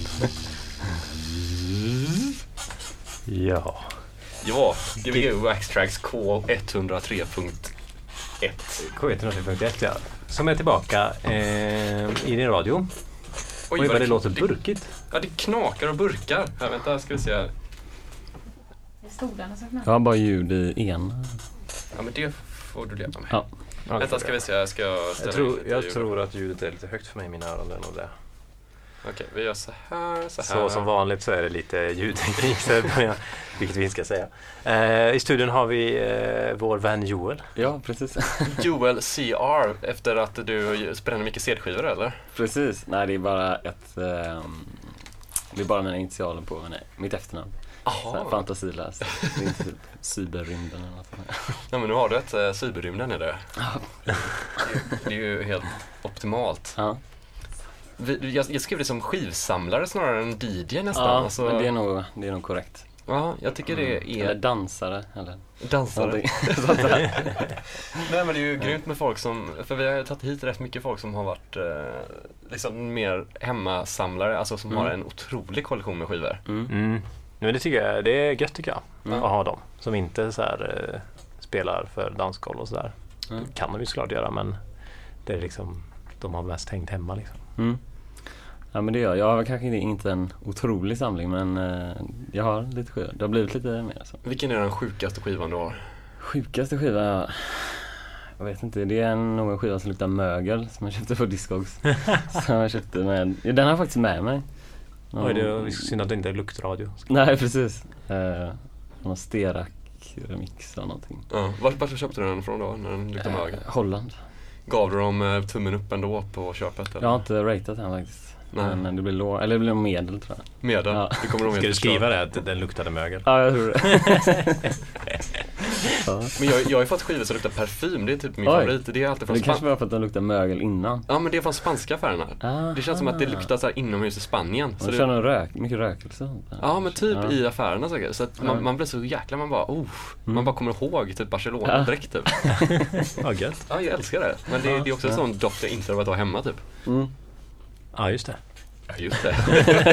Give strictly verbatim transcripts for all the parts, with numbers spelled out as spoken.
Ja. Ja, Gbg Wax Tracks K ett noll tre punkt ett. K ett noll tre punkt ett, ja. Som är tillbaka eh, i din radio. Oj, Oj vad det, det låter burkigt. Ja, det knakar och burkar. Här, vänta, ska vi se här. Det är stolarna som knakar. Jag har bara ljud i en. Ja, men det får du leva med. Ja. Vänta, ska vi se. Jag ska ställa Jag, tror, in jag ljud. tror att ljudet är lite högt för mig i mina öron. Och det. Okej, vi gör så här, så här. Så som vanligt så är det lite ljudteknik, vilket vi inte ska säga. Eh, I studion har vi eh, vår vän Joel. Ja, precis. Joel C R, efter att du spänner mycket C D-skivor, eller? Precis. Nej, det är bara ett... Um, det är bara mina initialer på nej, mitt efternamn. Aha. Fantasilös. Det är inte typ cyberrymden eller något sånt. Ja, men nu har du ett uh, cyberrymden i det. det. Det är ju helt optimalt. Ja. Vi, jag, jag skrev det som skivsamlare snarare än D J nästan. Ja, alltså, men det är nog, det är nog korrekt. Ja, jag tycker det är... Eller dansare, eller... Dansare. Nej, men det är ju grymt med folk som... För vi har tagit hit rätt mycket folk som har varit eh, liksom mer hemmasamlare. Alltså som Mm. har en otrolig kollektion med skivor. Mm. Mm. Men det tycker jag, det är gött tycker jag. Mm. Att ha dem. Som inte så här, eh, spelar för dansgolv och sådär. Mm. Det kan de ju såklart göra, men det är liksom... De har mest hängt hemma liksom. Mm. Ja, men det gör jag. Jag har kanske inte en otrolig samling, men eh, jag har lite skivor. Det har blivit lite mer så. Vilken är den sjukaste skivan du har? Sjukaste skiva, jag, jag vet inte. Det är en, någon skiva som luktar mögel som jag köpte på Discogs. Som jag köpte med. Ja, den har jag faktiskt med mig. Någon, Oj, det är synd att det inte är luktradio. Nej, precis. Eh, någon Sterak-remix eller någonting. Ja, vart, vart köpte du den från då när den luktade mögel? Eh, Holland. Gav du dem eh, tummen upp ändå på köpet? Eller? Jag har inte ratat den faktiskt. Nej. Men det blir låg, eller det blir medel tror jag. Medel? Ja. Du kommer nog Ska du inte skriva det att den luktade mögel? Ja, jag tror det. Ja. Men jag, jag har ju fått skivor som luktar parfym. Det är typ min Oj. favorit. Det är alltid från Det kanske Spanien. var för att den luktar mögel innan. Ja, men det är från spanska affärerna. Aha. Det känns som att det luktar så här inomhus i Spanien. Så Man det, känner rök, mycket rökelse. ja, men typ Ja. i affärerna säkert. Så att man, Ja. man blir så jäkla, man bara, oh, Mm. man bara kommer ihåg typ Barcelona Ja. direkt typ. Ja, gött. Ja, jag älskar det. Men det, det är också en Ja. sån doft jag inte har varit att ha hemma typ. Mm. Ja, just det. Ja, just det.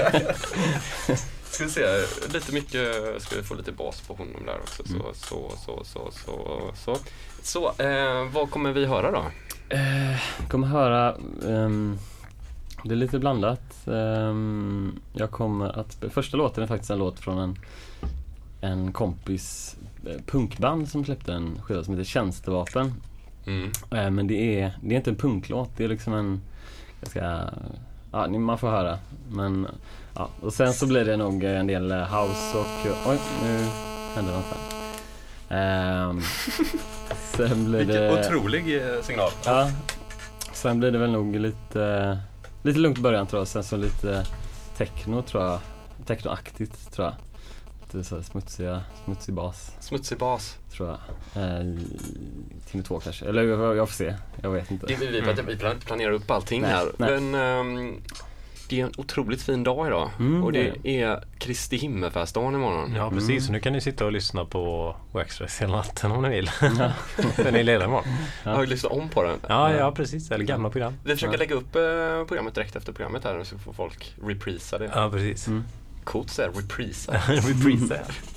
Ska vi se, lite mycket, ska vi få lite bas på honom där också. Så, Mm. så, så, så, så, så. Så, eh, vad kommer vi höra då? Eh, kommer höra ehm, det är lite blandat. Ehm, jag kommer att första låten är faktiskt en låt från en en kompis eh, punkband som släppte en skiva som heter Tjänstevapen. Mm. Eh, men det är det är inte en punklåt, det är liksom en ganska, ja, ni- man får höra. Men ja, och sen så blir det nog en del house och oj, nu händer något här. Ehm, sen blir Vilken det otrolig eh, signal. Ja, sen blir det väl nog lite lite lugnt i början tror jag. Sen så lite techno tror jag. Technoaktigt tror jag. Lite så här smutsiga, smutsig bas Smutsig bas. tror jag. Eh, Timme två kanske. Eller jag, jag får se. Jag vet inte. Det, vi, vi, vi plan- planerar upp allting Nej, här. nej. Men ehm, det är en otroligt fin dag idag. Mm, och det det är Kristi himmelfärdsdagen imorgon. Ja, precis. Mm. Så nu kan ni sitta och lyssna på Waxtrax hela natten om ni vill. Ja. För ni leder imorgon. Jag har ju lyssnat om på den. Ja, ja, precis. Eller gamla program. Vi försöker Ja. lägga upp eh, programmet direkt efter programmet här så får folk reprisa det. Ja, precis. Mm. Coolt så här, reprisa. Reprise.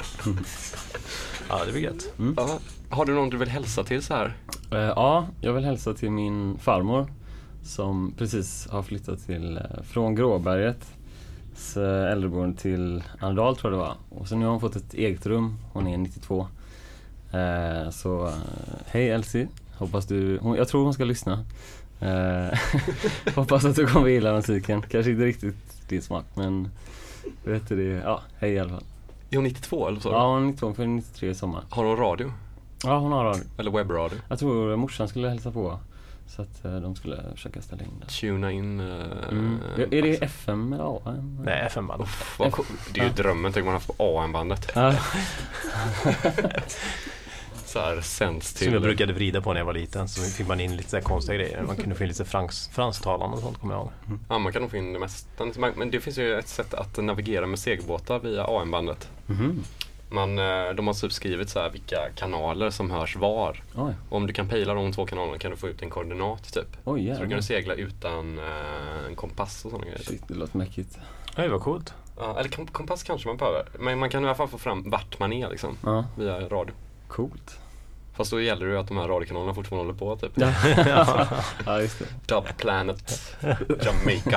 Ja, det blir gött. Mm. Ja. Har du någon du vill hälsa till så här? Eh, ja, jag vill hälsa till min farmor som precis har flyttat till eh, från Gråberget eh, äldreboende till Annedal tror jag det var. Och så nu har hon fått ett eget rum. Hon är nittiotvå. Eh, så eh, hej Elsie. Hoppas du, hon, jag tror hon ska lyssna. Eh, hoppas att du kommer gilla musiken. Kanske inte riktigt din smak, men vet du det, ja, hej i alla fall. Är hon nittiotvå eller så? Ja, hon är nittiotvå för nittiotre i sommar. Har hon radio? Ja, hon har radio. Eller webbradio? Jag tror morsan skulle hälsa på. Så att eh, de skulle försöka ställa in det. Tuna in... Uh, Mm. Är det F M eller A M? Nej, F M-band. Uff, vad cool. Det är ju drömmen, tänker man haft på A M-bandet. Ja. Så här sänds till... Som jag brukade vrida på när jag var liten, så fick man in lite så här konstiga grejer. Man kunde få in lite frans, fransktalande och sånt, kommer jag ihåg. Ja, man kan nog få in det mesta. Men det finns ju ett sätt att navigera med segelbåtar via A M-bandet. Mhm. Man, de har typ skrivit så här vilka kanaler som hörs var. Oj. Och om du kan pejla de två kanalerna kan du få ut en koordinat typ. Oj, så du kan segla utan uh, en kompass och sådana grejer. Shit, det låter mäckigt. Oj, vad coolt. Ja, eller kom- kompass kanske man behöver. Men man kan i alla fall få fram vart man är liksom. Ja. Via radio. Coolt. Fast då gäller det ju att de här radiokanalerna fortfarande håller på typ. Ja, ja just det. Dub Planet Jamaica.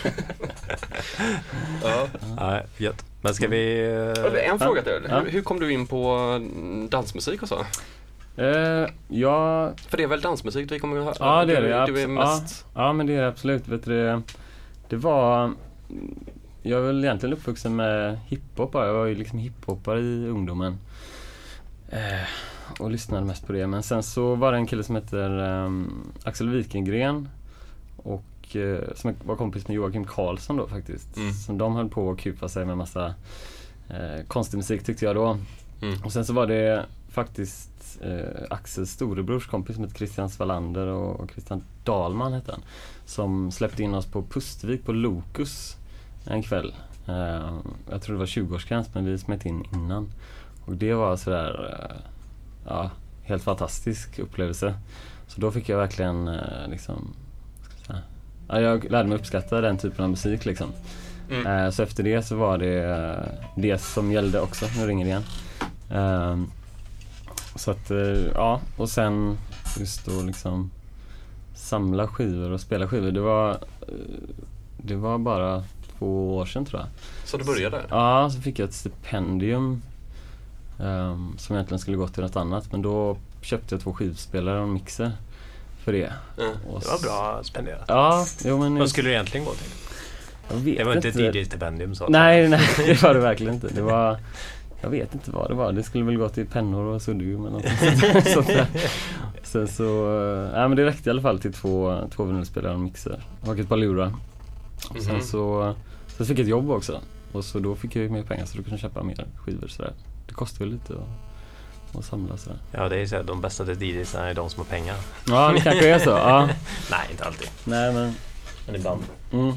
Ja. Ja, gött. Men ska vi... Uh... En fråga till. Ja. Hur, hur kom du in på dansmusik och så? Uh, ja... För det är väl dansmusik du kommer att höra? Ja, det är det. Du, du är mest... ja, ja, men det är det absolut. Vet du, det, det var... Jag är väl egentligen uppvuxen med hiphop. Jag var ju liksom hiphoppare i ungdomen. Uh, och lyssnade mest på det. Men sen så var det en kille som heter um, Axel Wikengren. Och uh, som var kompis med Joakim Karlsson då faktiskt. Mm. Så de höll på att kupa sig med massa uh, konstig musik tyckte jag då. Mm. Och sen så var det faktiskt Eh, Axels storebrors kompis som heter Christian Svalander och, och Christian Dahlman hette han, som släppte in oss på Pustvik på Lokus en kväll. Eh, jag tror det var tjugo-årsgräns men vi smätt in innan. Och det var sådär eh, ja, helt fantastisk upplevelse. Så då fick jag verkligen eh, liksom ska jag, säga, ja, jag lärde mig uppskatta den typen av musik liksom. Mm. Eh, så efter det så var det eh, det som gällde också. Nu ringer det igen. Eh, Så att, ja, och sen just då liksom samla skivor och spela skivor. Det var, det var bara två år sedan tror jag. Så du började? Ja, så fick jag ett stipendium um, som egentligen skulle gå till något annat. Men då köpte jag två skivspelare och en mixer för det. Mm. Och Det var bra spenderat. Ja, jo, men Vad skulle det egentligen gå till? Jag vet Det var inte ett inte. D J-stipendium så. Nej, nej, det var det verkligen inte. Det var... Jag vet inte vad det var. Det skulle väl gå till pennor och suddgum eller något sånt där. Sen så... Ja, men det räckte i alla fall till två, två vinylspelare och en mixer. Och ett par lurar. Och sen Mhm. så... Sen fick jag ett jobb också. Och så då fick jag ju mer pengar så då kunde jag köpa mer skivor sådär. Det kostar ju lite att, att samla sådär. Ja, det är så här, de bästa D Js är de som har pengar. Ja, det kanske är så. Ja. Nej, inte alltid. Nej, men... Men ibland. Mm.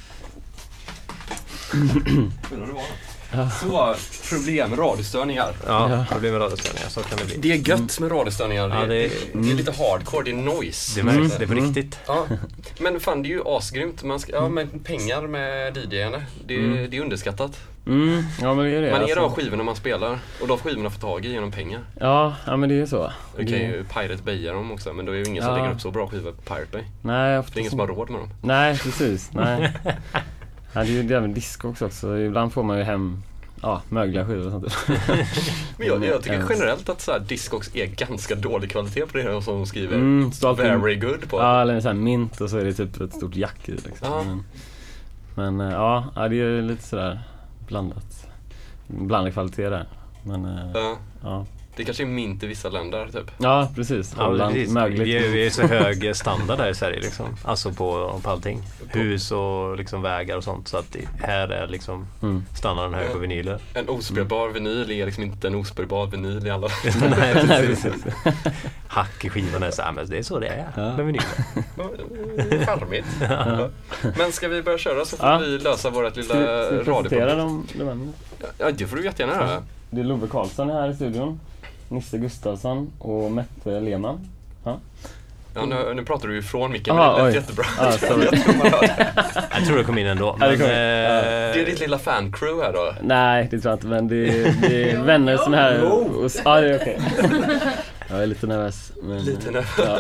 Så, problem, radiostörningar. Ja, Ja. det blir med radiostörningar. Så kan det bli. Det är gött med radiostörningar. Ja, det, det- det, det är lite hardcore, det är noise. Det är verkligen, Mm. det är på Mm. riktigt. Ja, men fan det är ju asgrymt. Man ska, ja, men pengar med D J-arna, det, Mm. det är underskattat. Mm. Ja, men det är det. Man är alltså. de skivorna man spelar och de skivorna får tag i genom pengar. Ja, ja, men det är så. Du kan ju Pirate Baya dem också, men då är ju ingen som Ja. lägger upp så bra skivor på Pirate Bay. Nej, Det är ingen som har råd med dem. Nej, precis. Nej. Ja, det är ju det med disco också, också. Ibland får man ju hem ja, mögliga skivor och sånt. Men jag, jag tycker Mm. generellt att så här, Discogs är ganska dålig kvalitet på det som de skriver. Mm, så alltid- Very good på. Ja, eller så här mint och så är det typ ett stort jack i liksom. Ja. Men, men eh, ja, ja, det är lite sådär blandat. Blandad kvalitet där. Men eh, Ja, ja. det kanske är mint i vissa länder typ. Ja, precis. Ja, Holland, precis. mögligt. Vi är, vi är så hög standard där i Sverige liksom. Alltså på, på allting. Hus och liksom vägar och sånt. Så att det, här är liksom Mm. standarden hög på vinyler. En ospelbar vinyl är liksom inte en ospelbar vinyl i alla. Nej, Nej, precis. precis. Hack i skivan är så här, men det är så det är Ja. med vinyler. Charmigt. Men ska vi börja köra så får Ja. vi lösa vårt lilla Ska vi- ska vi presentera radioproblem. de, de ämnena? Ja, det får du jättegärna göra. Det är Love Karlsson här i studion. Nisse Gustafsson och Mette Lehmann. Ja, nu, nu pratar du ju från micken, Aha, men det lät oj. jättebra. Ah, sorry. Jag tror man hör det. Jag tror det kom in ändå. Ja, Men, det kom in. eh, Det är ditt lilla fancrew här då. Nej, det tror jag inte, men det är, det är vänner som är här. Och, ja, det är okej. Jag är lite nervös. Men, Lite nervös. Ja.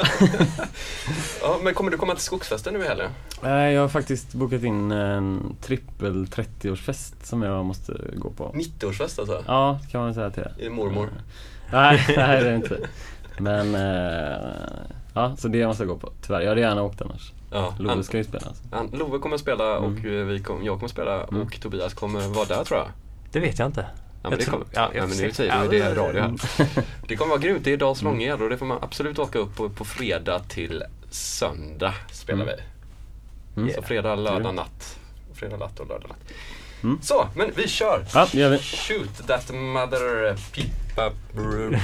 Ja, men kommer du komma till skogsfesten nu i helgen? Nej, jag har faktiskt bokat in en trippel trettio-årsfest som jag måste gå på. nittioårsfest alltså? Ja, kan man säga till det. Är det mormor? Nej, nej, det är det inte. Men, eh, ja, så det måste jag gå på. Tyvärr, jag hade gärna åkt annars. Ja, Love han, ska ju spela. Alltså. han, Love kommer spela och Mm. eh, vi kom, jag kommer spela Mm. och Tobias kommer vara där tror jag. det vet jag inte. Ja, men Jag det tror- kommer, ja, ja, jag men får nu se. säger du, Ja, det är radio här. Mm. Det kommer vara grymt, det är Dals Långed och det får man absolut åka upp på, på fredag till söndag spelar Mm. vi. Mm. Så fredag, lördag natt. Fredag natt och lördag natt. Mm. Så, men vi kör! Ja, det gör vi. Shoot that mother pipa bro.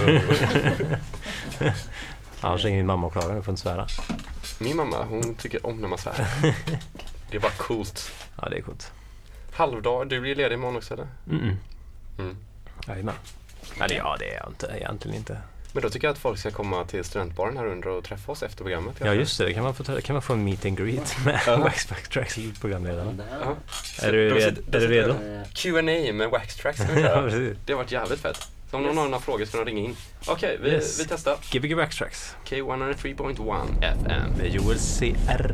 Annars ringer min mamma och klagar, jag får inte svära. Min mamma, hon tycker om när man svär. Det var coolt. Ja, det är coolt. Halvdag, du blir ledig imorgon också eller? Mm-mm. Mm. Jajamän. Eller ja, det är jag inte, egentligen inte. Men då tycker jag att folk ska komma till studentbaren här under och träffa oss efter programmet. Ja, just det. Det kan man få, ta, kan man få en meet and greet med Ja. Wax Tracks programledaren. Ja. Är du, Då red, sitter- då är du sitter redo? Q and A med Wax Tracks ska vi Ja, köra. precis. Det har varit jävligt fett. Så om någon har några frågor ska de ringa in. Okej, vi, Yes. vi testar. Gbg Wax Tracks K one oh three point one F M. med Joel C R.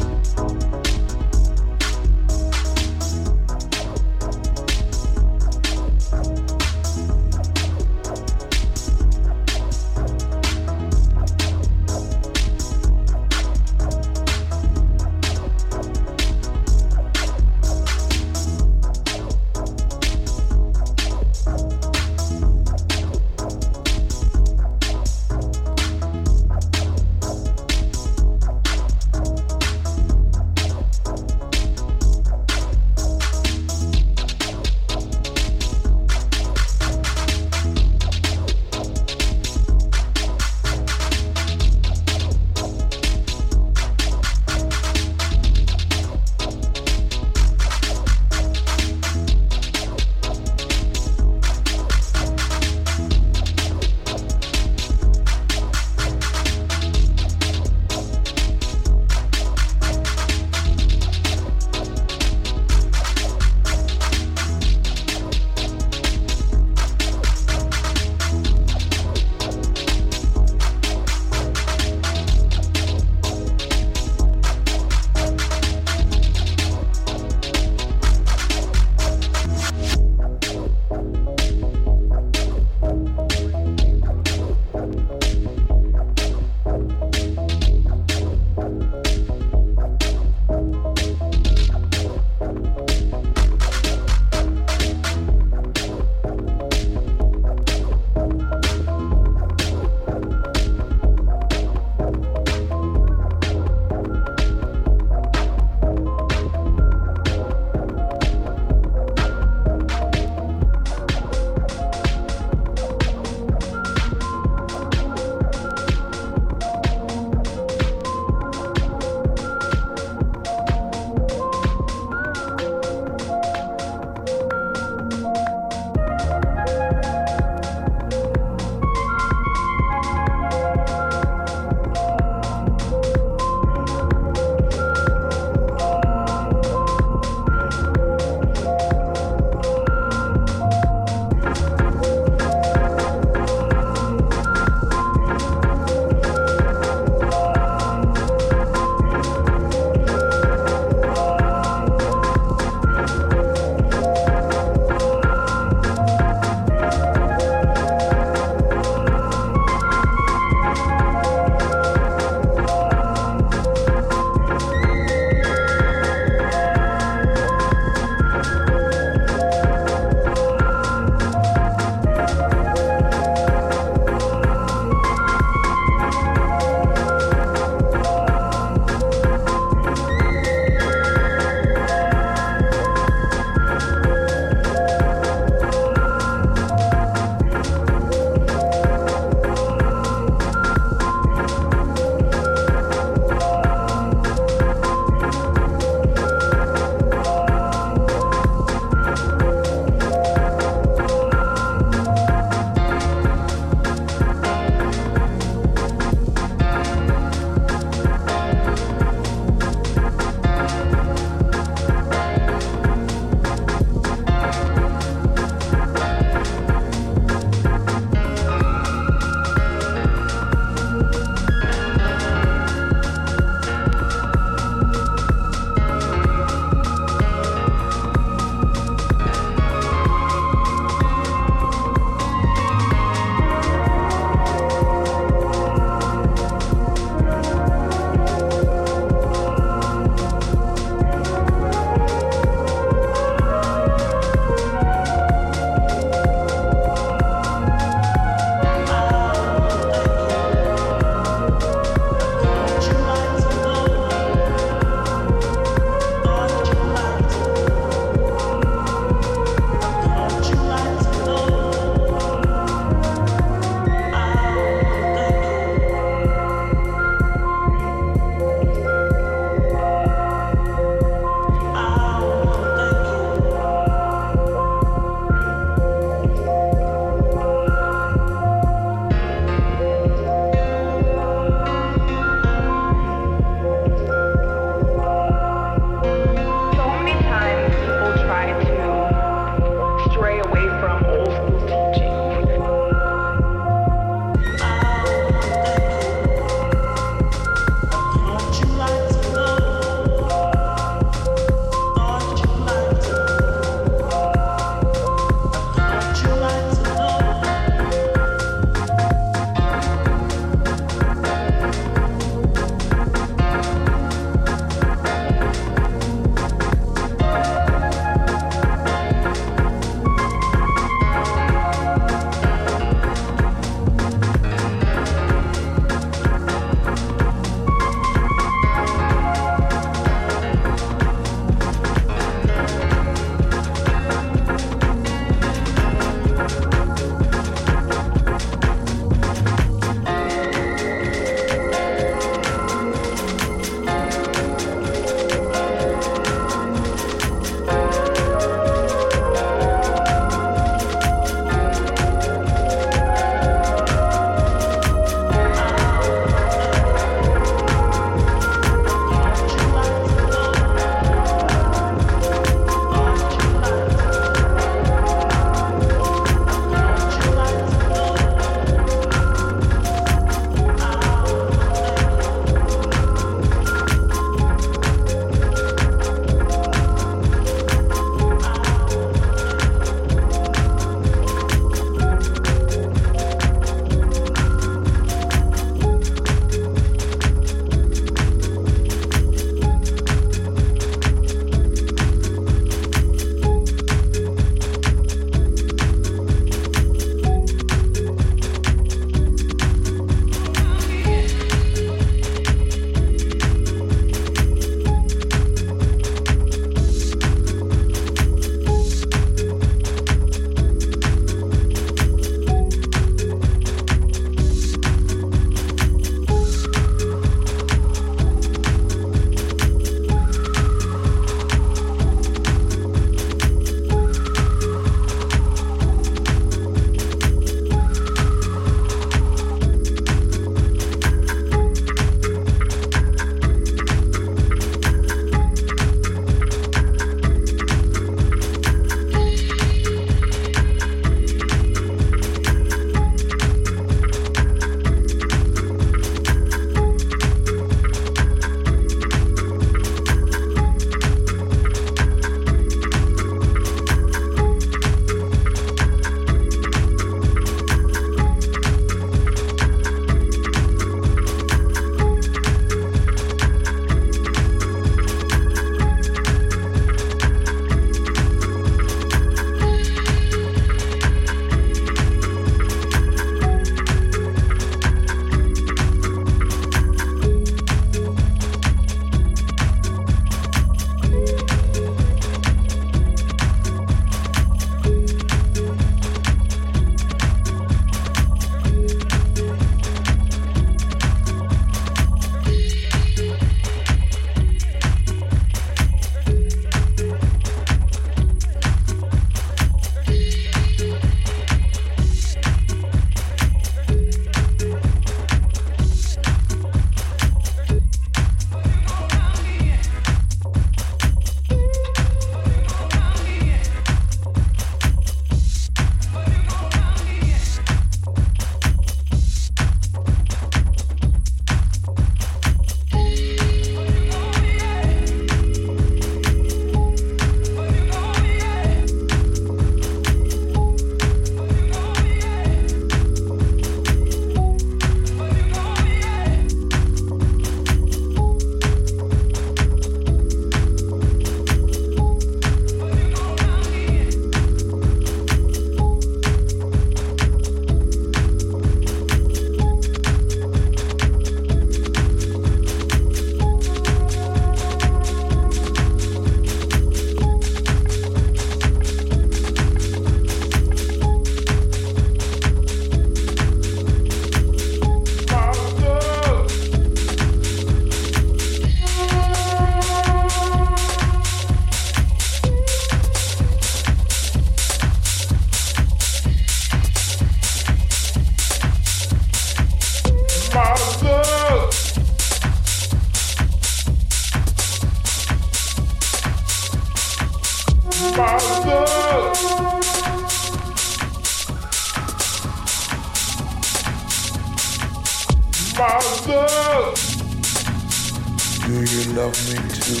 Do you love me too?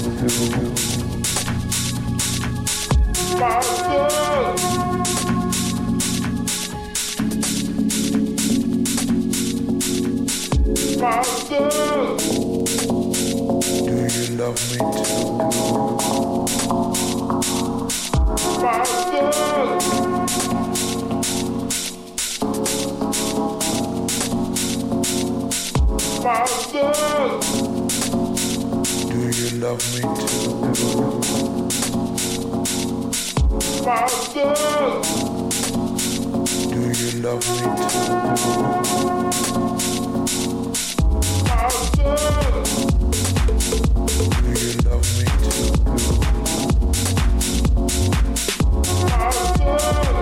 Mother, Mother, do you love me too? Mother, Mother, do you love me too? Mother, do you love me too? Mother, do you love me too? Mother,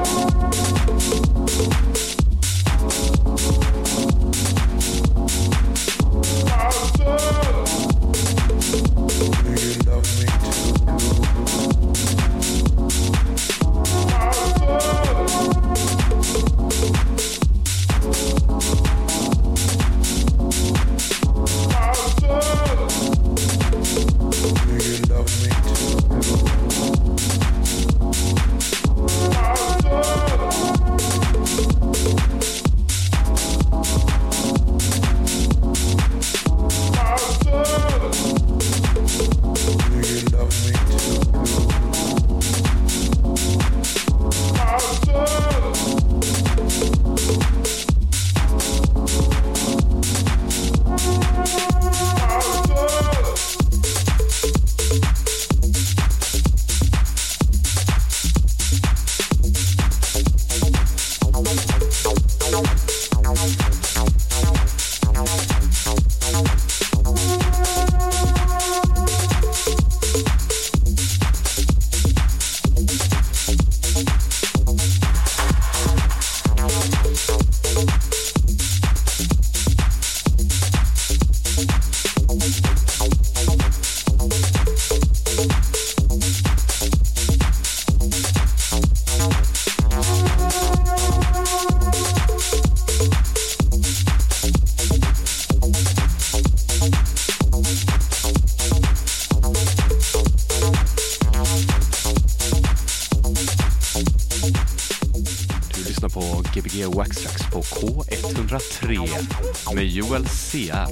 Waxtrax på K ett noll tre med Joel C R.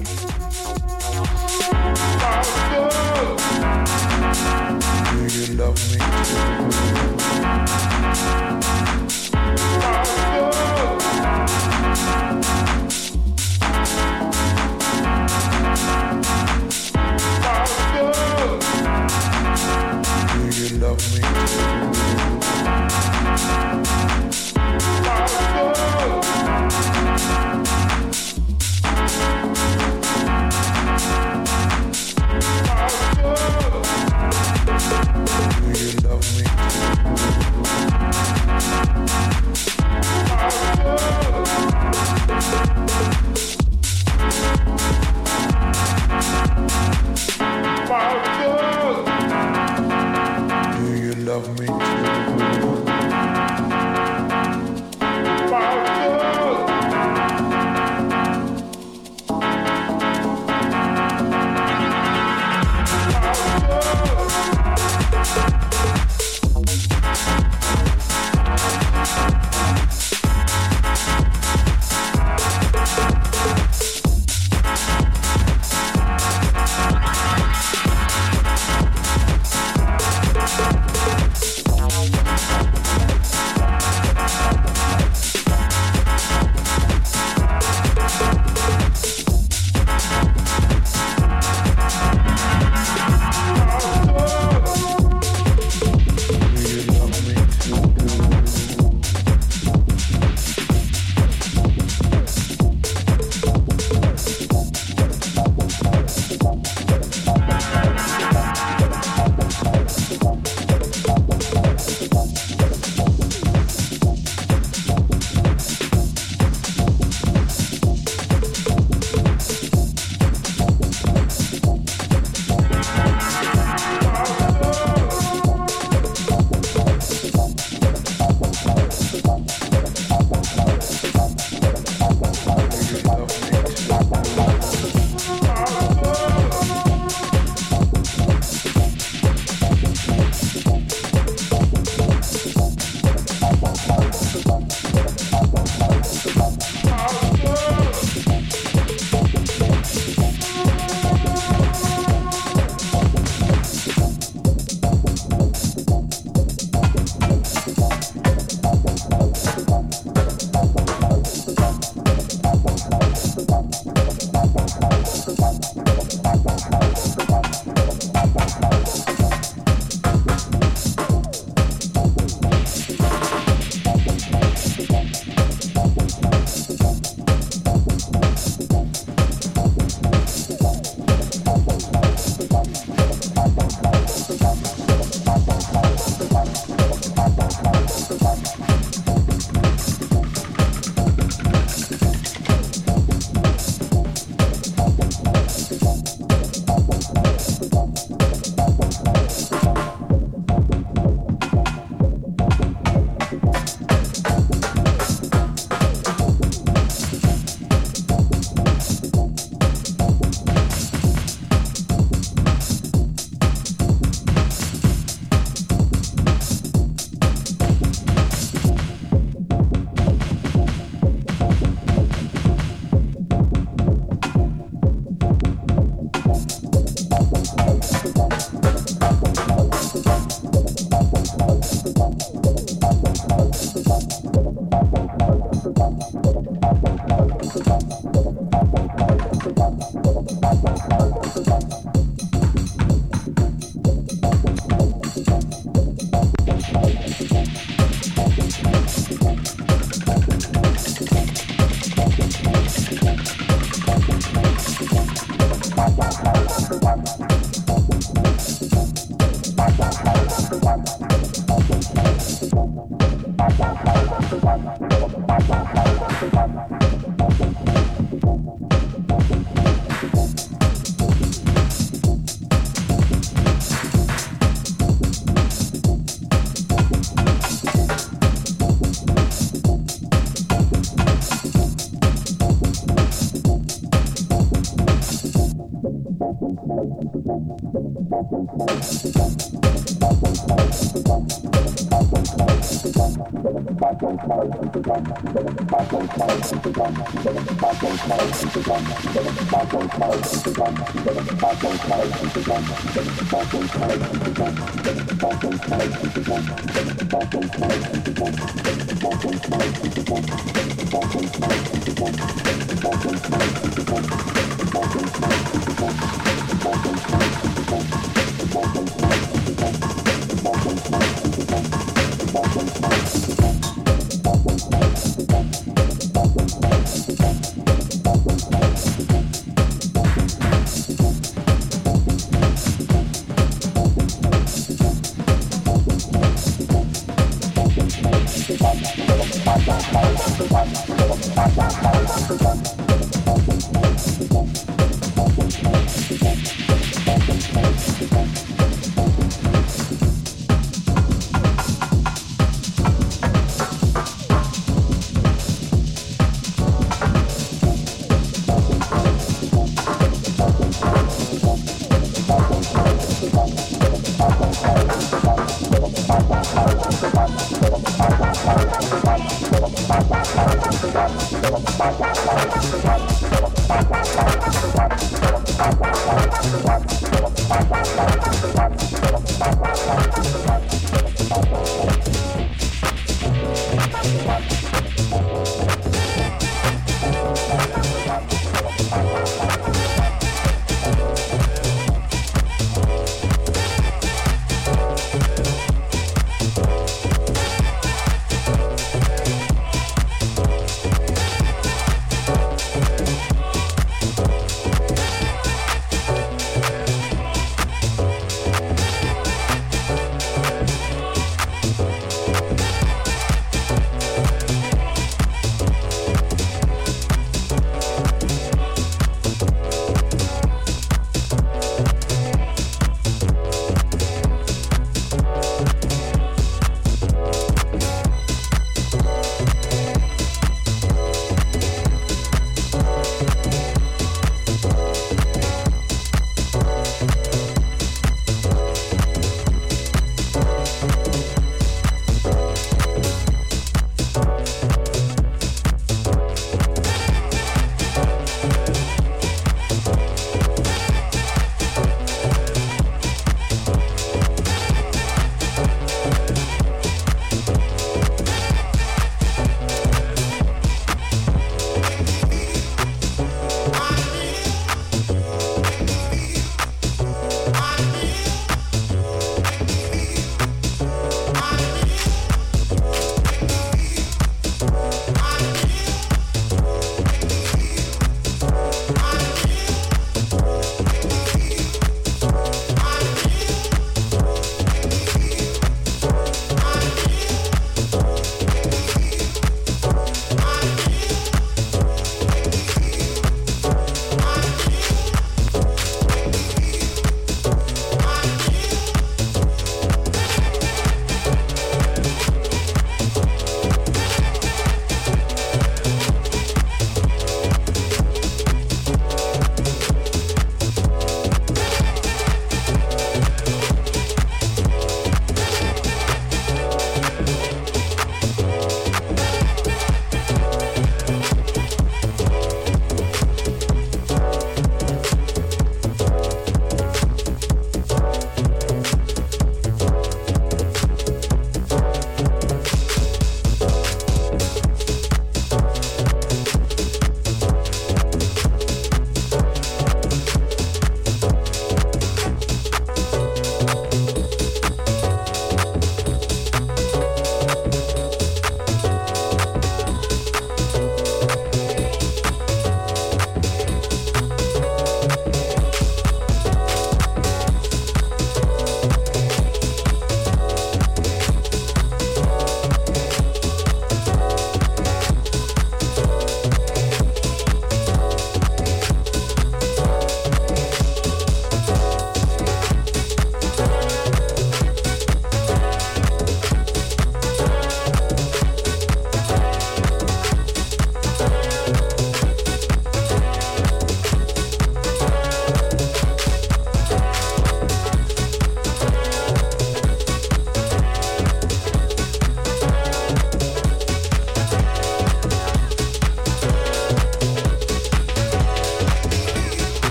Do you love me too? Do you love me too? Do you love me too?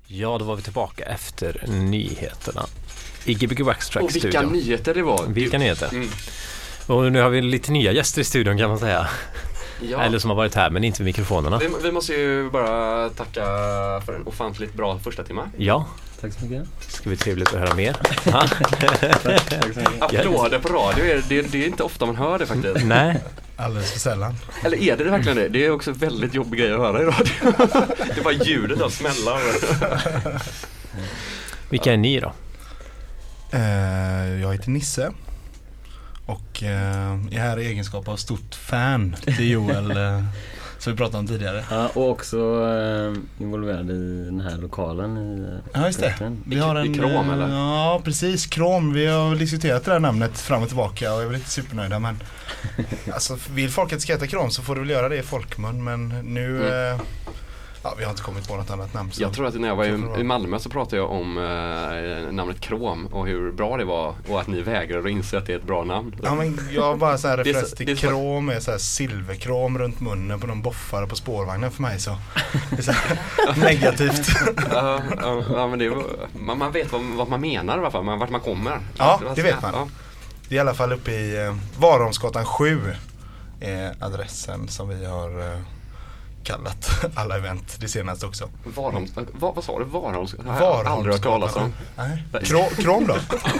Ja, då var vi tillbaka efter nyheterna i Gbg Waxtrax Och vilka studion. nyheter det var. Vilka nyheter. Mm. Och nu har vi lite nya gäster i studion kan man säga. Ja. Eller som har varit här men inte vid mikrofonerna. Vi, vi måste ju bara tacka för en ofantligt bra första timme. Ja, Tack så mycket. ska bli trevligt att höra mer. Tack, tack så mycket. Applåder på radio, är- det, det är inte ofta man hör det faktiskt. Nej, Alldeles för sällan. Eller är det verkligen det? Det är också väldigt jobbig grej att höra i radio. Det var ljudet av smällar. vilka är ni då? Eh, jag heter Nisse. Och eh, är här i egenskap av stort fan till Joel eh, som vi pratade om tidigare. Ja, och också eh, involverad i den här lokalen i Ja, just det. projekten. Vi har en, I Krom, eh, eller? Ja, precis. Krom. Vi har diskuterat det här namnet fram och tillbaka och jag är väl inte supernöjda. Men alltså, vill folk att ska heta Krom så får du väl göra det i folkmun. Men nu... Mm. Eh, ja, vi har inte kommit på något annat namn. Så. Jag tror att när jag var Så får det i, vara. i Malmö så pratade jag om eh, namnet Krom och hur bra det var och att ni vägrar att inse att det är ett bra namn. Ja, men jag har bara så här Det är så- referens det är till så- krom är så här silverkrom runt munnen på någon boffare på spårvagnen för mig så. Det är så här negativt. Ja, ja, ja, men det var, man, man vet vad, vad man menar i alla fall, man, vart man kommer. Ja, Vad det ska- vet man. Ja. Det är i alla fall uppe i eh, Varholmsgatan sju är adressen som vi har eh, kallat alla event det senaste också. Varholms, vad, vad sa du? Varholms? Det har jag aldrig hört talas om. Nej. Kro, krom då?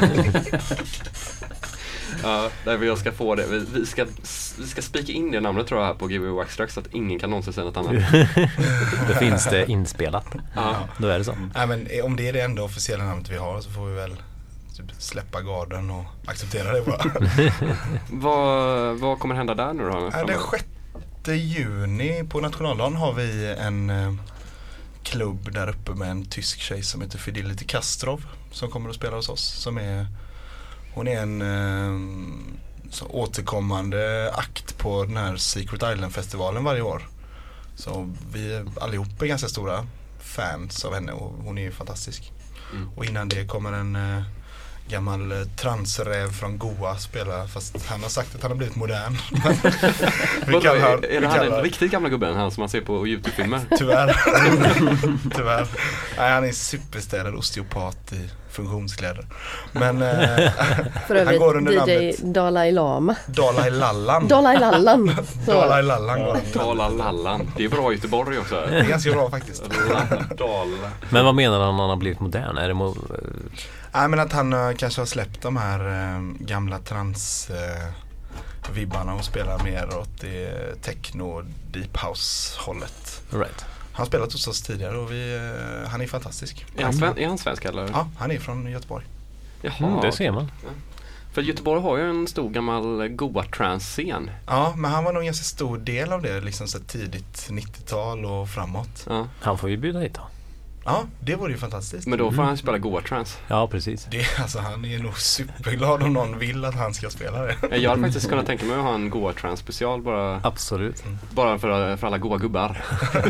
Ja, där jag ska få det. Vi, vi, ska, vi ska spika in det namnet tror jag här på Gbg Waxtrax så att ingen kan någonsin säga något annat. Då finns det inspelat. Ja. Då är det så. Nej, men eh, om det är det enda officiella namnet vi har så får vi väl typ släppa garden och acceptera det bara. vad, vad kommer hända där nu då? Ja, den sjätte juni på nationaldagen har vi en eh, klubb där uppe med en tysk tjej som heter Fidelity Kastrov som kommer att spela hos oss. Som är, hon är en eh, så återkommande akt på den här Secret Island-festivalen varje år. Så vi allihop är ganska stora fans av henne och hon är ju fantastisk. Mm. Och innan det kommer en eh, gammal eh, transräv från Goa spela fast han har sagt att han har blivit modern. vi Vadå, kallar, är, är vi det han kallar, den riktigt gamla gubben, han som man ser på YouTube-filmer? Tyvärr. Tyvärr. Nej, han är superstädad osteopat i funktionskläder. Men eh, För han går under övrigt D J namnet Dalai Lama. Dalai Lallan. Dalai Lallan. Så. Dalai Lallan går under. Dala Lallan. Det är bra i Göteborg också. Det är ganska bra faktiskt. Dala. Men vad menar han när han har blivit modern? Är det mo- Nej, men att han uh, kanske har släppt de här uh, gamla trans uh, vibbarna och spelar mer åt det techno deep house hållet. right. Han har spelat hos oss tidigare och vi, uh, han är fantastisk. Är han, sven- är han svensk eller? Ja, han är från Göteborg. Jaha. Mm, det ser man. För Göteborg har ju en stor gammal goa trans-scen. Ja, men han var nog en ganska stor del av det liksom så tidigt nittiotal och framåt. Ja. Han får ju bjuda hit då. Ja, det vore ju fantastiskt. Men då får han spela goa trans. Ja, precis. Det, alltså, han är nog superglad om någon vill att han ska spela det. Jag hade faktiskt kunnat tänka mig att ha en goa trans special bara, Absolut. bara för, för alla goa gubbar.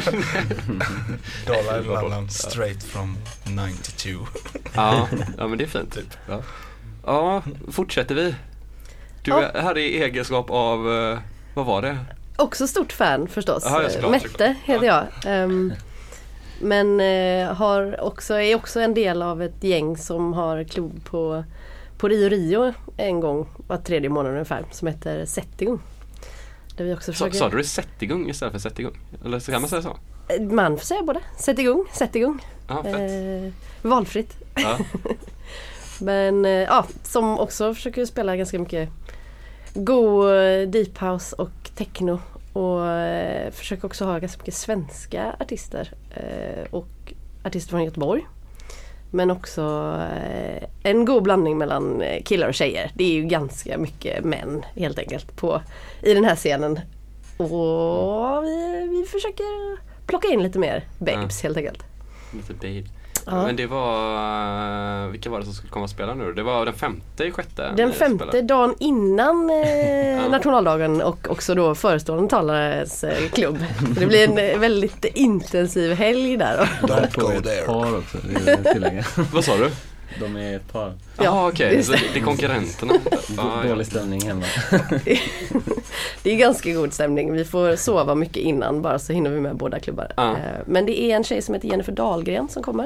Dalai Lallan straight from nittiotvå. Ja, ja men det är fint. Ja, ja fortsätter vi. Du Ja. är här i egenskap av, eh, vad var det? Också stort fan förstås. Jaha, ja, såklart, Mette såklart. heter jag. Ehm, men eh, har också, är också en del av ett gäng som har klubb på, på Rio Rio en gång var tredje månad ungefär som heter Sättigung. Där vi också Sa, försöker... sa du det sätt igång istället för sätt igång? Eller så kan man säga så? Man får säga både. Sätt igång, sätt igång. Ja, fett. Eh, valfritt. Ja. Men eh, ja, som också försöker spela ganska mycket go eh, deep house och techno och eh, försöker också ha ganska mycket svenska artister eh, och artister från Göteborg. Men också eh, en god blandning mellan eh, killar och tjejer. Det är ju ganska mycket män helt enkelt på, i den här scenen. Och vi, vi försöker plocka in lite mer babes helt enkelt. Lite babe. Ja. Men det var, vilka var det som skulle komma och spela nu? Det var den femte i sjätte. Den ni femte spelade. dagen innan eh, Ja. nationaldagen och också då förestående talares eh, klubb. Så det blir en eh, väldigt intensiv helg där. Don't På go ett there. par också, det är tillägga. Vad sa du? De är ett par. Ja, Ja, okej. just Så det. det är konkurrenterna. Ja, ja. Dålig stämning hemma. Det är ganska god stämning. Vi får sova mycket innan bara så hinner vi med båda klubbar. Ja. Eh, Men det är en tjej som heter Jennifer Dahlgren som kommer.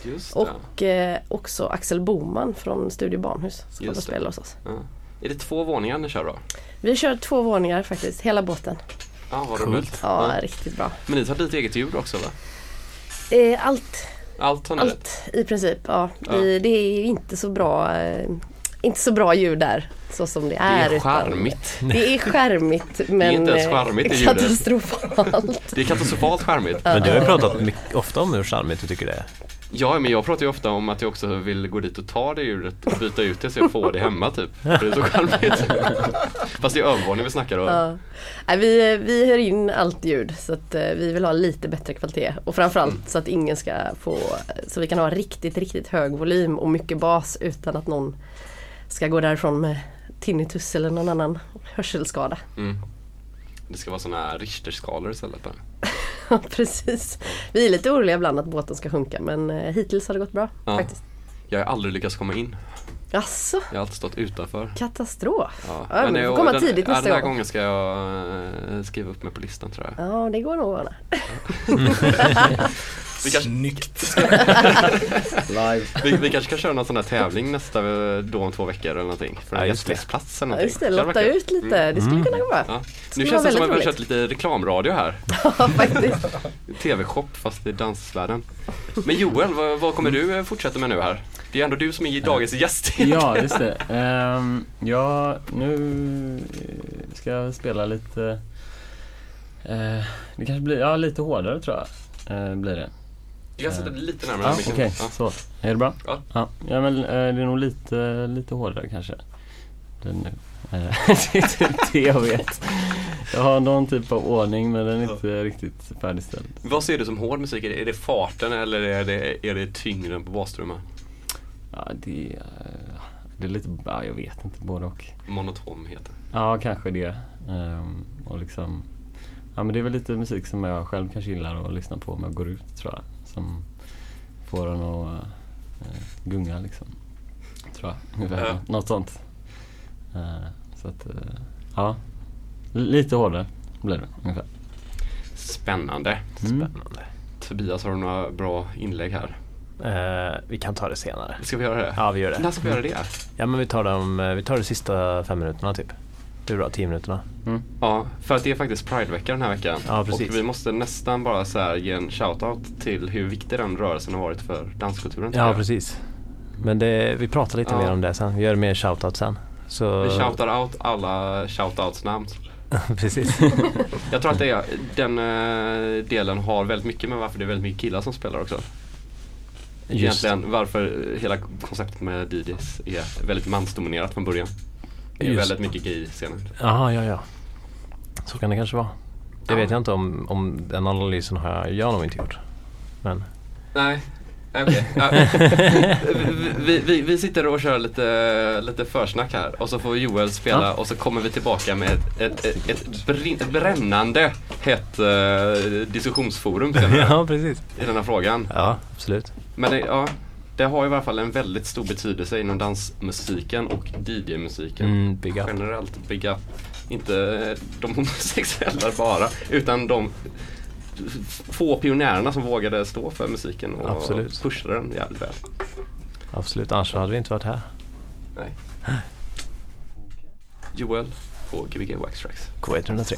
Just det. Och eh, också Axel Boman från Studio Barnhus ska Just få spela hos oss. Ja. Är det två våningar ni kör då? Vi kör två våningar faktiskt, hela båten. Ja, vad roligt. Ja, riktigt bra. Men ni tar lite eget ljud också va? Eh, allt, Allt har ni allt i princip, ja. Ja. Vi, det är ju inte så bra, eh, inte så bra ljud där, så som det är. Det är utan- charmigt. Det är skärmigt, men inte ens eh, charmigt i ljudet. katastrofalt. Det är katastrofalt charmigt. Men du har ju pratat mycket, ofta om hur charmigt du tycker det är. Ja, men jag pratar ju ofta om att jag också vill gå dit och ta det ljudet och byta ut det så jag får det hemma typ. För det är så charmigt. Fast det är övervåning vi snackar om. Ja. Nej, vi, vi hör in allt ljud så att eh, vi vill ha lite bättre kvalitet och framförallt Mm. så att ingen ska få, så vi kan ha riktigt, riktigt hög volym och mycket bas utan att någon ska gå därifrån med tinnitus eller någon annan hörselskada. Mm. Det ska vara såna här Richterskalor istället bara. Ja, precis. Vi är lite oroliga ibland att båten ska sjunka men eh, hittills har det gått bra Ja. faktiskt. Jag har aldrig lyckats komma in. Asså, Jag har alltid stått utanför. katastrof. Ja. Ja, men det- vi får och komma den, tidigt ja, nästa den här gång. gången ska jag eh, skriva upp mig på listan tror jag. Ja, det går nog att ordna. Vi kanske, Snyggt. Live. vi, vi kanske kan köra någon sån här tävling nästa då om två veckor eller någonting. För en Ja, just det. gästplats eller Ja, någonting. just det, Kan det lotta verka? ut lite. Det skulle kunna gå bra. Ja. Skulle Nu vara känns det som väldigt att vi har roligt. kört lite reklamradio här. Ja, faktiskt. Tv-shop fast i dansvärlden. Men Joel, vad, vad kommer du eh, fortsätta med nu här? Det är ändå du som är dagens gäst. Ja, just det. Ehm, ja, nu ska jag spela lite... eh, det kanske blir ja, lite hårdare tror jag. Eh, blir det. Jag kan sätta det lite närmare Ja, micken. okej. Ja. Så. Är det bra? Ja. Ja, ja men eh, det är nog lite, lite hårdare kanske. Den nu. Eh, det är typ det jag vet. Jag har någon typ av ordning men den är inte riktigt färdigställd. Vad ser du som hård musik? Är det, är det farten eller är det, är det tyngden på bastrumman? Ja, det, eh, det är lite, ja, jag vet inte, både och. Monotomheten. Ja, kanske det. Ehm, och liksom, ja men det är väl lite musik som jag själv kanske gillar att lyssna på om jag går ut tror jag. Som får en att eh, gunga liksom. Tror jag. Ungefär. Ja. Något sånt. Eh, så att, eh, ja. L- lite hårdare blir det ungefär. Spännande. Mm. Spännande. Tobias, har du några bra inlägg här? Eh, vi kan ta det senare. Ska vi göra det? Ja, vi gör det. När ska vi göra det? Ja, men vi tar, dem, vi tar de sista fem minuterna typ. Det är bra, tio minuterna. Ja, för att det är faktiskt Pride-vecka den här veckan. Ja, precis. Och vi måste nästan bara så här ge en shoutout till hur viktig den rörelsen har varit för danskulturen. tycker Ja, jag. precis. Men det, vi pratar lite Ja. mer om det sen. Vi gör mer shoutout sen. Så... Vi shoutar out alla shoutouts namn. precis. Jag tror att det är, den eh, delen har väldigt mycket med varför det är väldigt mycket killar som spelar också. Just. Egentligen varför hela konceptet med D Js är väldigt mansdominerat från början. Det är Just. väldigt mycket gay-scener. Jaha, ja, ja. Så kan det kanske vara. Det Ja. vet jag inte om, om den analysen har jag, jag nog inte gjort. Men... Nej, okej. Ja. vi, vi, vi, vi sitter och kör lite, lite försnack här och så får Joel spela Ja. och så kommer vi tillbaka med ett, ett, ett, ett, brin, ett brännande hett uh, diskussionsforum senare ja, precis. i den här frågan. Ja, absolut. Men det, ja, det har i alla fall en väldigt stor betydelse inom dansmusiken och D J-musiken. Mm, big up. Generellt big up. Inte de homosexuella bara, utan de få pionjärerna som vågade stå för musiken och Absolut. pushade den jävligt väl. Absolut, annars så hade vi inte varit här. Nej. Joel på G B G Wax Tracks. K ett noll tre.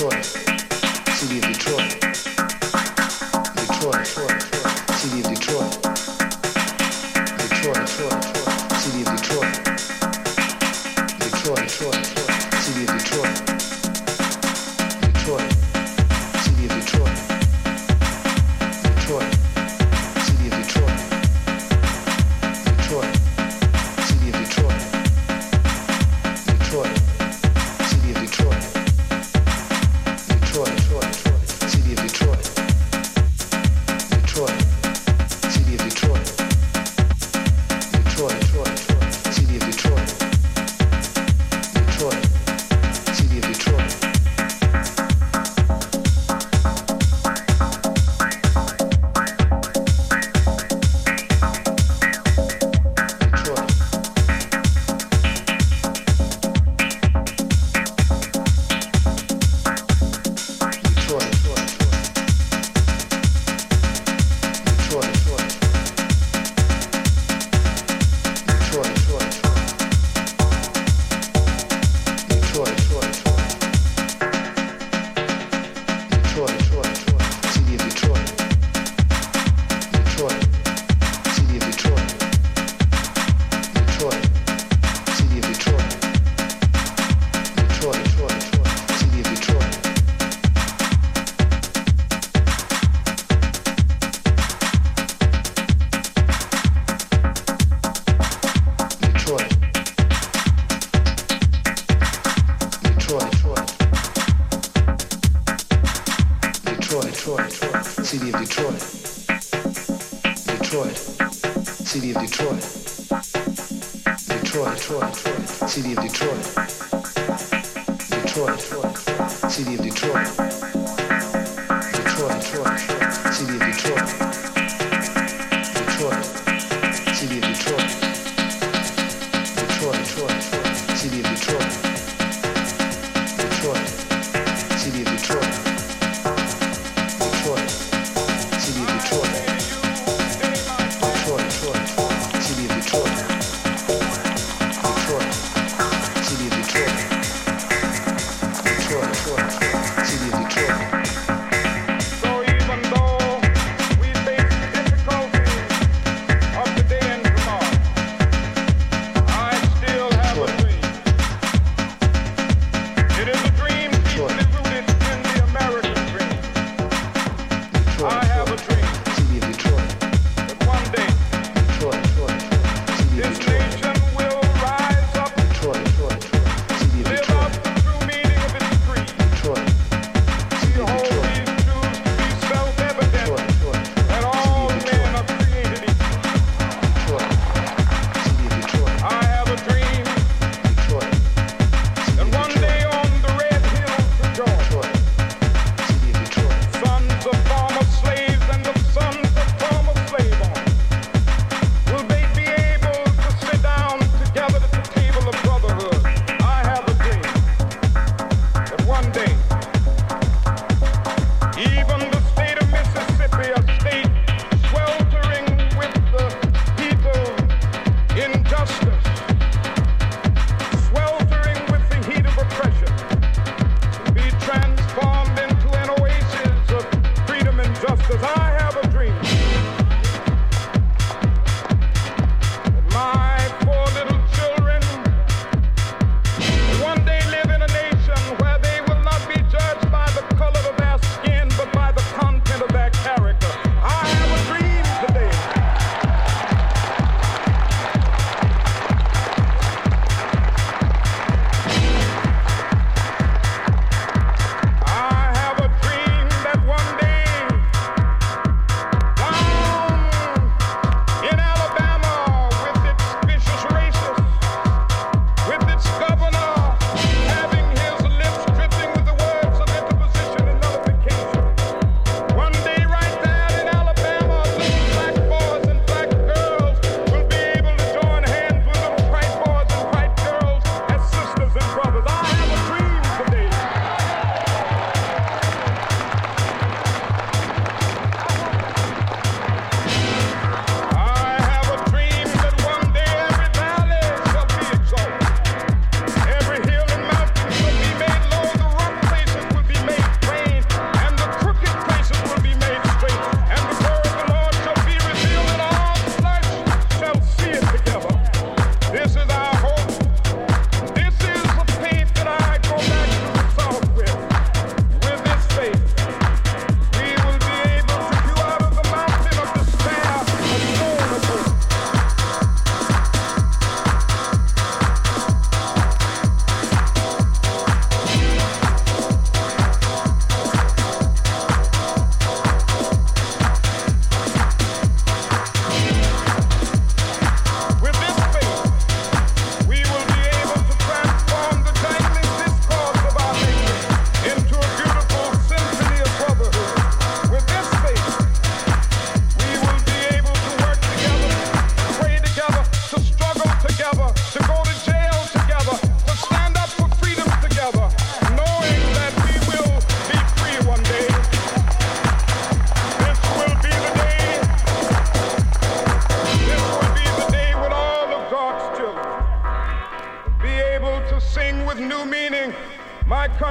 Detroit, city of Detroit. Detroit, city of Detroit. Detroit, city of Detroit. Detroit, city of Detroit. Detroit, city of Detroit. Detroit, city of Detroit. Detroit, city of Detroit. Detroit, city of Detroit. Detroit, city of Detroit. Detroit, city of Detroit. Detroit, city of Detroit. Detroit, city of Detroit. City of Detroit. Detroit, city of Detroit. Detroit, city of Detroit. Detroit, city of Detroit. Detroit, city of Detroit. Detroit, city of Detroit. Detroit, city of Detroit. Detroit, city of Detroit. Detroit, city of Detroit. Detroit, city of Detroit. Detroit, city of Detroit. Detroit, city of Detroit. Detroit, city of Detroit. So even though we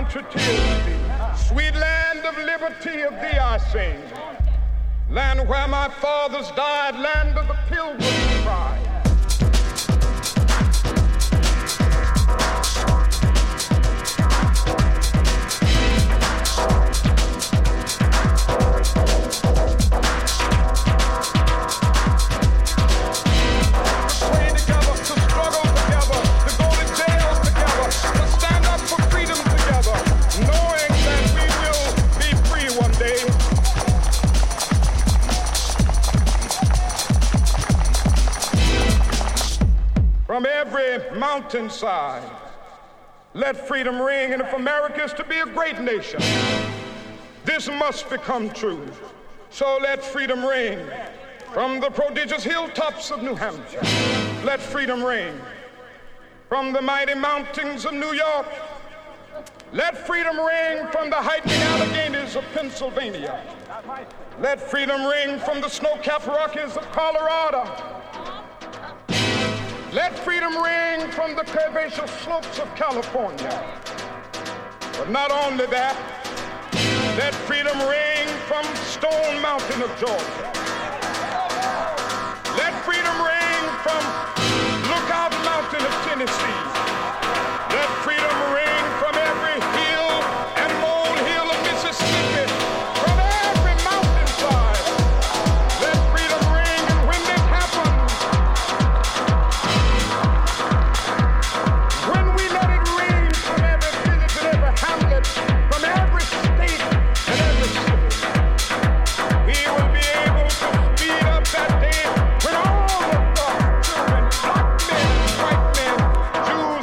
country tears me. Sweet land of liberty, of thee I sing. Land where my fathers died, land of the pilgrim's pride. From every mountainside, let freedom ring, and if America is to be a great nation, this must become true. So let freedom ring from the prodigious hilltops of New Hampshire. Let freedom ring from the mighty mountains of New York. Let freedom ring from the hiking Alleghenies of Pennsylvania. Let freedom ring from the snow-capped Rockies of Colorado. Let freedom ring from the curvaceous slopes of California. But not only that, let freedom ring from Stone Mountain of Georgia. Let freedom ring from Lookout Mountain of Tennessee. Let freedom ring from every hill and molehill of Mississippi. From every mountainside. Let freedom ring, and when this happens, when we let it ring from every village and every hamlet, from every state and every city, we will be able to speed up that day when all of the children, black men, white men, Jews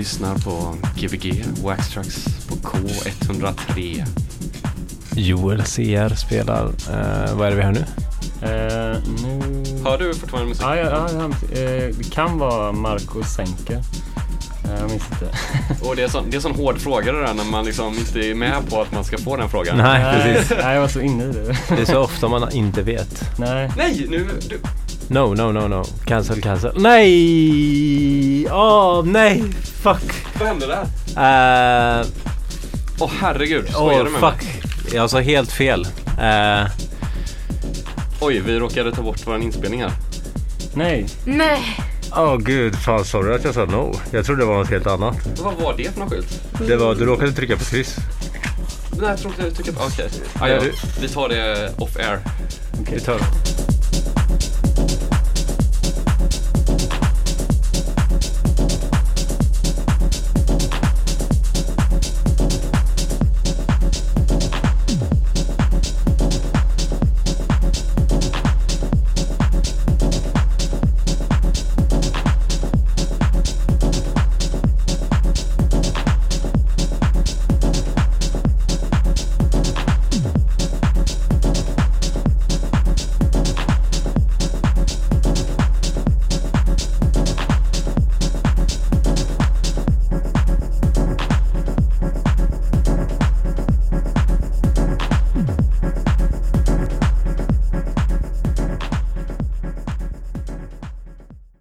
lyssnar på G V G Wax Trax på K ett noll tre. Joel C R spelar. Uh, vad är det vi hör nu? Uh, nu... Hör du fortfarande musik? Ja, ja, ja, ja. Uh, det kan vara Marco Senke. Uh, jag minns inte. Och det är sån, det är sån hård fråga det där när man liksom inte är med på att man ska få den frågan. Nej, Nej, precis. nej, jag var så inne i det. Det är så ofta man inte vet. Nej. Nej, nu... Du... No, no, no, no. Cancel, cancel. Nej! Åh, oh, nej! Fuck! Vad hände där? Åh, uh, oh, herregud. Åh, oh, fuck. Mig? Jag sa helt fel. Uh, Oj, vi råkade ta bort vår inspelning här. Nej. Nej. Åh oh, gud, fan sorry att jag sa no. Jag trodde det var något helt annat. Vad var det för något skylt? Det var, du råkade trycka på kryss. Nej, jag tror inte jag tryckte på... Okej. Okay. Ah, ja, vi tar det off air. Okej, okay. Vi tar det.